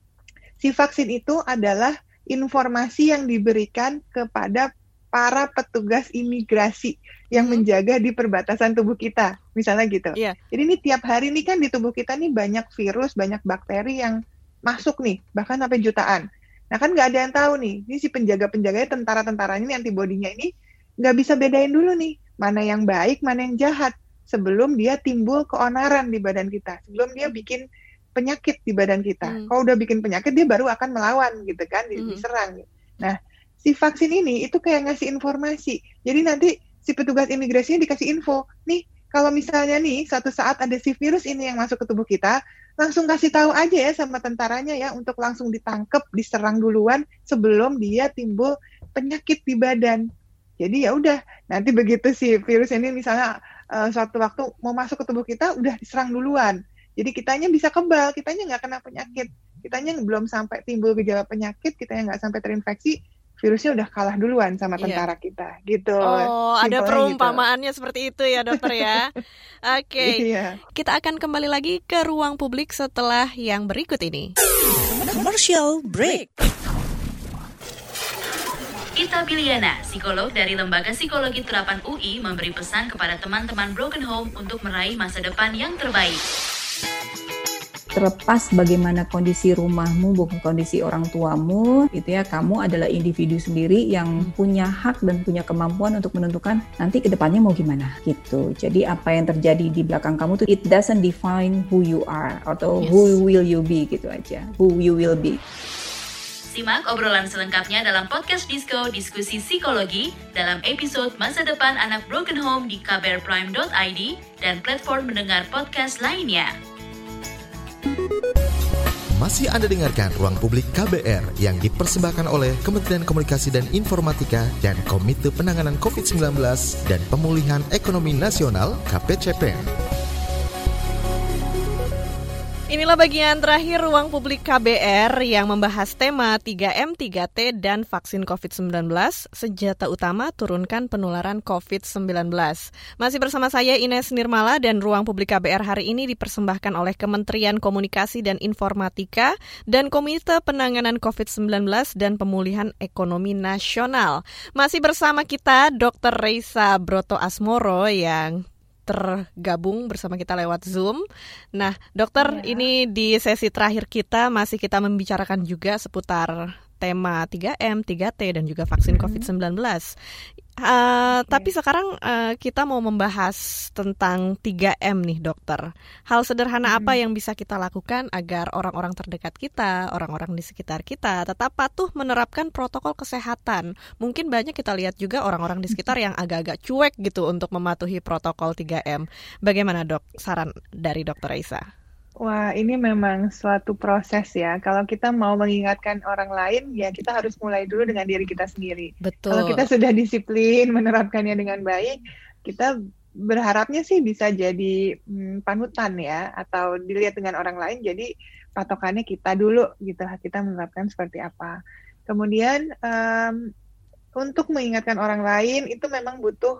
Si vaksin itu adalah informasi yang diberikan kepada para petugas imigrasi yang hmm. menjaga di perbatasan tubuh kita, misalnya gitu. Yeah. Jadi ini tiap hari nih kan di tubuh kita nih banyak virus, banyak bakteri yang masuk nih, bahkan sampai jutaan. Nah kan nggak ada yang tahu nih, ini si penjaga-penjaganya, tentara-tentaranya ini, antibodinya ini nggak bisa bedain dulu nih, mana yang baik, mana yang jahat, sebelum dia timbul keonaran di badan kita, sebelum dia bikin penyakit di badan kita. Hmm. Kalau udah bikin penyakit, dia baru akan melawan gitu kan, hmm. diserang. Nah, si vaksin ini itu kayak ngasih informasi. Jadi nanti si petugas imigrasinya dikasih info, nih kalau misalnya nih suatu saat ada si virus ini yang masuk ke tubuh kita, langsung kasih tahu aja ya sama tentaranya ya untuk langsung ditangkap, diserang duluan sebelum dia timbul penyakit di badan. Jadi ya udah, nanti begitu si virus ini misalnya uh, suatu waktu mau masuk ke tubuh kita, udah diserang duluan. Jadi kitanya bisa kebal, kitanya nggak kena penyakit, kitanya belum sampai timbul gejala penyakit, kitanya nggak sampai terinfeksi, virusnya udah kalah duluan sama tentara iya. kita, gitu. Oh, ada perumpamaannya gitu. Seperti itu ya dokter ya. Oke, okay. Iya. Kita akan kembali lagi ke ruang publik setelah yang berikut ini. Commercial break. Ita Biliana, psikolog dari Lembaga Psikologi Terapan U I, memberi pesan kepada teman-teman Broken Home untuk meraih masa depan yang terbaik. Terlepas bagaimana kondisi rumahmu, bukan kondisi orang tuamu, itu ya, kamu adalah individu sendiri yang punya hak dan punya kemampuan untuk menentukan nanti ke depannya mau gimana gitu. Jadi apa yang terjadi di belakang kamu tuh, it doesn't define who you are atau yes. who will you be gitu aja, who you will be. Simak obrolan selengkapnya dalam podcast Disko Diskusi Psikologi dalam episode Masa Depan Anak Broken Home di k b r prime dot i d dan platform mendengar podcast lainnya. Masih Anda dengarkan Ruang Publik K B R yang dipersembahkan oleh Kementerian Komunikasi dan Informatika dan Komite Penanganan covid sembilan belas dan Pemulihan Ekonomi Nasional K P C P N. Inilah bagian terakhir Ruang Publik K B R yang membahas tema tiga M, tiga T, dan vaksin covid sembilan belas, senjata utama turunkan penularan covid sembilan belas. Masih bersama saya Ines Nirmala dan Ruang Publik K B R hari ini dipersembahkan oleh Kementerian Komunikasi dan Informatika dan Komite Penanganan covid sembilan belas dan Pemulihan Ekonomi Nasional. Masih bersama kita Dokter Reisa Broto Asmoro yang tergabung bersama kita lewat Zoom. Nah, dokter, ya. Ini di sesi terakhir kita masih kita membicarakan juga seputar tema tiga M, tiga T dan juga vaksin hmm. covid sembilan belas. Uh, okay. Tapi sekarang uh, kita mau membahas tentang tiga M nih, dokter. Hal sederhana hmm. apa yang bisa kita lakukan agar orang-orang terdekat kita, orang-orang di sekitar kita tetap patuh menerapkan protokol kesehatan. Mungkin banyak kita lihat juga orang-orang di sekitar yang agak-agak cuek gitu untuk mematuhi protokol tiga M. Bagaimana, dok, saran dari dokter Reisa? Wah, ini memang suatu proses ya. Kalau kita mau mengingatkan orang lain, ya kita harus mulai dulu dengan diri kita sendiri. Betul. Kalau kita sudah disiplin menerapkannya dengan baik, kita berharapnya sih bisa jadi hmm, panutan ya, atau dilihat dengan orang lain. Jadi patokannya kita dulu gitu, kita menerapkan seperti apa. Kemudian um, untuk mengingatkan orang lain itu memang butuh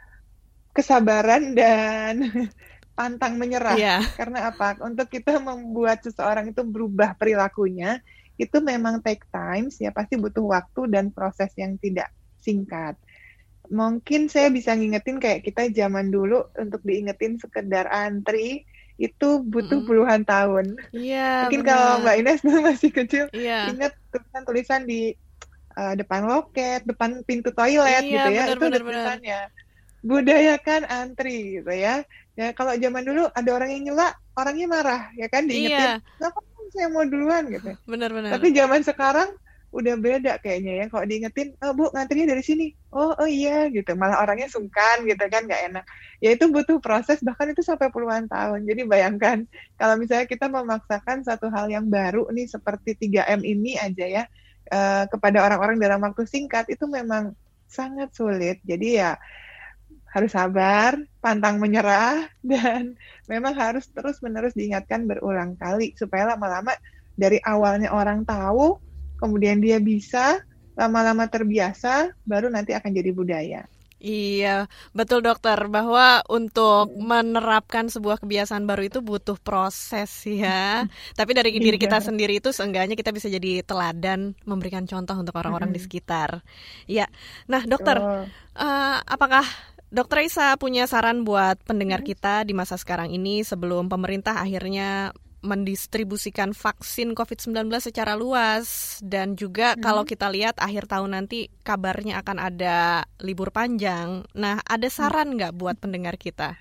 kesabaran dan pantang menyerah. Yeah. Karena apa? Untuk kita membuat seseorang itu berubah perilakunya, itu memang take time, ya pasti butuh waktu dan proses yang tidak singkat. Mungkin saya bisa ngingetin kayak kita zaman dulu untuk diingetin sekedar antri, itu butuh mm. puluhan tahun. Yeah, Mungkin benar. Kalau Mbak Ines dulu masih kecil, yeah. ingat tulisan-tulisan di uh, depan loket, depan pintu toilet yeah, gitu ya, benar, itu benar, ada tulisannya. Budayakan antri gitu ya. Ya kalau zaman dulu ada orang yang nyela, orangnya marah ya kan, diingetin, kenapa iya. saya mau duluan gitu. Benar-benar. Tapi zaman sekarang udah beda kayaknya ya. Kalau diingetin, oh bu ngantrinya dari sini, oh oh iya gitu. Malah orangnya sungkan gitu kan, nggak enak. Ya itu butuh proses, bahkan itu sampai puluhan tahun. Jadi bayangkan kalau misalnya kita memaksakan satu hal yang baru nih seperti tiga M ini aja ya uh, kepada orang-orang dalam waktu singkat, itu memang sangat sulit. Jadi ya harus sabar, pantang menyerah, dan memang harus terus-menerus diingatkan berulang kali supaya lama-lama dari awalnya orang tahu, kemudian dia bisa, lama-lama terbiasa, baru nanti akan jadi budaya. Iya, betul dokter, bahwa untuk menerapkan sebuah kebiasaan baru itu butuh proses ya. Tapi dari diri kita sendiri itu seenggaknya kita bisa jadi teladan, memberikan contoh untuk orang-orang di sekitar. Iya, nah dokter, oh. uh, apakah Dokter Reisa punya saran buat pendengar kita di masa sekarang ini sebelum pemerintah akhirnya mendistribusikan vaksin covid sembilan belas secara luas, dan juga hmm. kalau kita lihat akhir tahun nanti kabarnya akan ada libur panjang. Nah, ada saran nggak buat pendengar kita?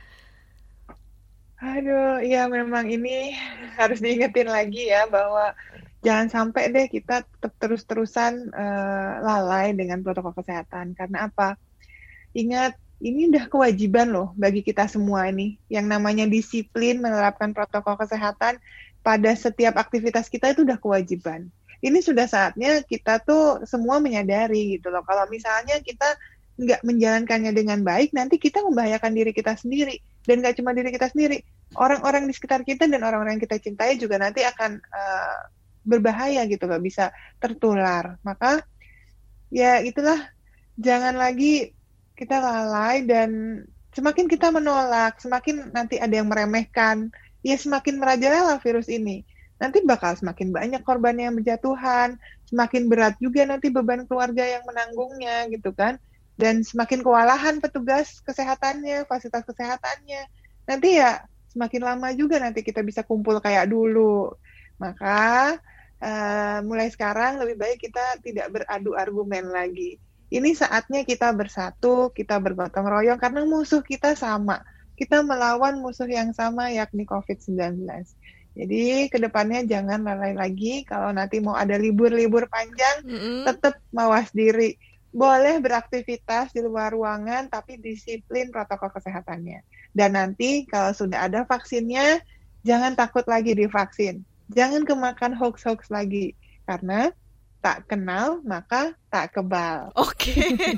Aduh, ya memang ini harus diingetin lagi ya bahwa jangan sampai deh kita tetap terus-terusan uh, lalai dengan protokol kesehatan. Karena apa? Ingat, ini udah kewajiban loh bagi kita semua ini. Yang namanya disiplin menerapkan protokol kesehatan pada setiap aktivitas kita itu udah kewajiban. Ini sudah saatnya kita tuh semua menyadari gitu loh. Kalau misalnya kita nggak menjalankannya dengan baik, nanti kita membahayakan diri kita sendiri. Dan nggak cuma diri kita sendiri, orang-orang di sekitar kita dan orang-orang yang kita cintai juga nanti akan uh, berbahaya gitu loh, bisa tertular. Maka ya itulah, jangan lagi kita lalai, dan semakin kita menolak, semakin nanti ada yang meremehkan, ya semakin merajalela virus ini. Nanti bakal semakin banyak korban yang berjatuhan, semakin berat juga nanti beban keluarga yang menanggungnya gitu kan, dan semakin kewalahan petugas kesehatannya, fasilitas kesehatannya. Nanti ya semakin lama juga nanti kita bisa kumpul kayak dulu. Maka uh, mulai sekarang lebih baik kita tidak beradu argumen lagi. Ini saatnya kita bersatu, kita bergotong royong, karena musuh kita sama. Kita melawan musuh yang sama, yakni covid sembilan belas. Jadi kedepannya jangan lalai lagi. Kalau nanti mau ada libur-libur panjang, mm-hmm. tetap mawas diri. Boleh beraktivitas di luar ruangan, tapi disiplin protokol kesehatannya. Dan nanti kalau sudah ada vaksinnya, jangan takut lagi divaksin. Jangan kemakan hoax-hoax lagi. Karena tak kenal maka tak kebal. Oke.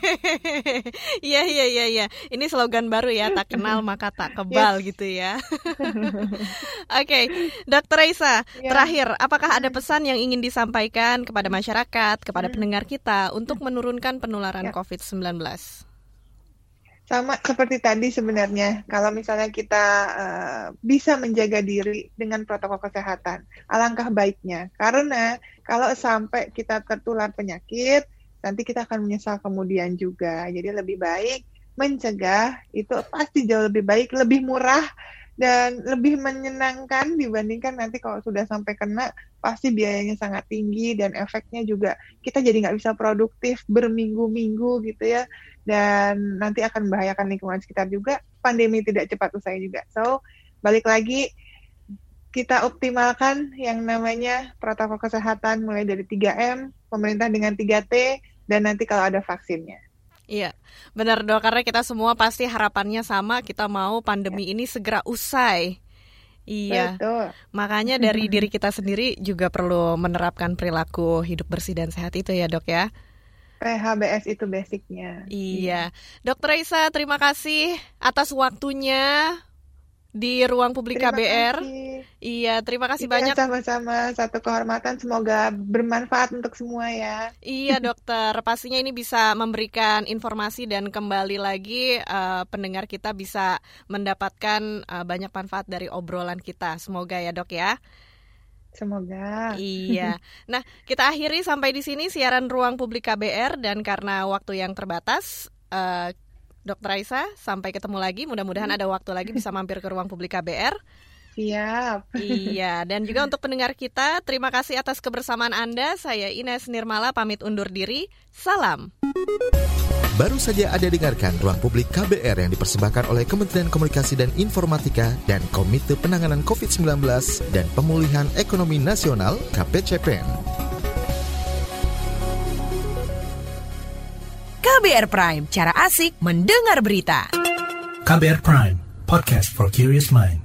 Iya, iya, iya, iya. Ini slogan baru ya, tak kenal maka tak kebal yes. gitu ya. Oke, okay. Dokter Raisa, ya. Terakhir, apakah ada pesan yang ingin disampaikan kepada masyarakat, kepada hmm. pendengar kita untuk menurunkan penularan ya. covid sembilan belas? Sama seperti tadi sebenarnya, kalau misalnya kita uh, bisa menjaga diri dengan protokol kesehatan, alangkah baiknya. Karena kalau sampai kita tertular penyakit, nanti kita akan menyesal kemudian juga. Jadi lebih baik mencegah, itu pasti jauh lebih baik, lebih murah, dan lebih menyenangkan dibandingkan nanti kalau sudah sampai kena, pasti biayanya sangat tinggi dan efeknya juga kita jadi nggak bisa produktif berminggu-minggu gitu ya. Dan nanti akan membahayakan lingkungan sekitar juga, pandemi tidak cepat usai juga. So, balik lagi, kita optimalkan yang namanya protokol kesehatan mulai dari tiga M, pemerintah dengan tiga T, dan nanti kalau ada vaksinnya. Iya, benar dok, karena kita semua pasti harapannya sama, kita mau pandemi ya. ini segera usai. Iya, betul. Makanya dari diri kita sendiri juga perlu menerapkan perilaku hidup bersih dan sehat itu ya dok ya. P H B S itu basicnya. Iya. Dokter Raisa, terima kasih atas waktunya di Ruang Publik terima K B R. Kasih. Iya, terima kasih iya, banyak. Sama-sama, satu kehormatan, semoga bermanfaat untuk semua ya. Iya dokter, pastinya ini bisa memberikan informasi dan kembali lagi uh, pendengar kita bisa mendapatkan uh, banyak manfaat dari obrolan kita. Semoga ya dok ya. Semoga. Iya. Nah, kita akhiri sampai di sini siaran Ruang Publik K B R, dan karena waktu yang terbatas, uh, dokter Raisa, sampai ketemu lagi. Mudah-mudahan ada waktu lagi bisa mampir ke Ruang Publik K B R. Siap. Iya, dan juga untuk pendengar kita, terima kasih atas kebersamaan Anda. Saya Ines Nirmala pamit undur diri. Salam. Baru saja Anda dengarkan Ruang Publik K B R yang dipersembahkan oleh Kementerian Komunikasi dan Informatika dan Komite Penanganan covid sembilan belas dan Pemulihan Ekonomi Nasional K P C P N. K B R Prime, cara asik mendengar berita. K B R Prime, podcast for curious mind.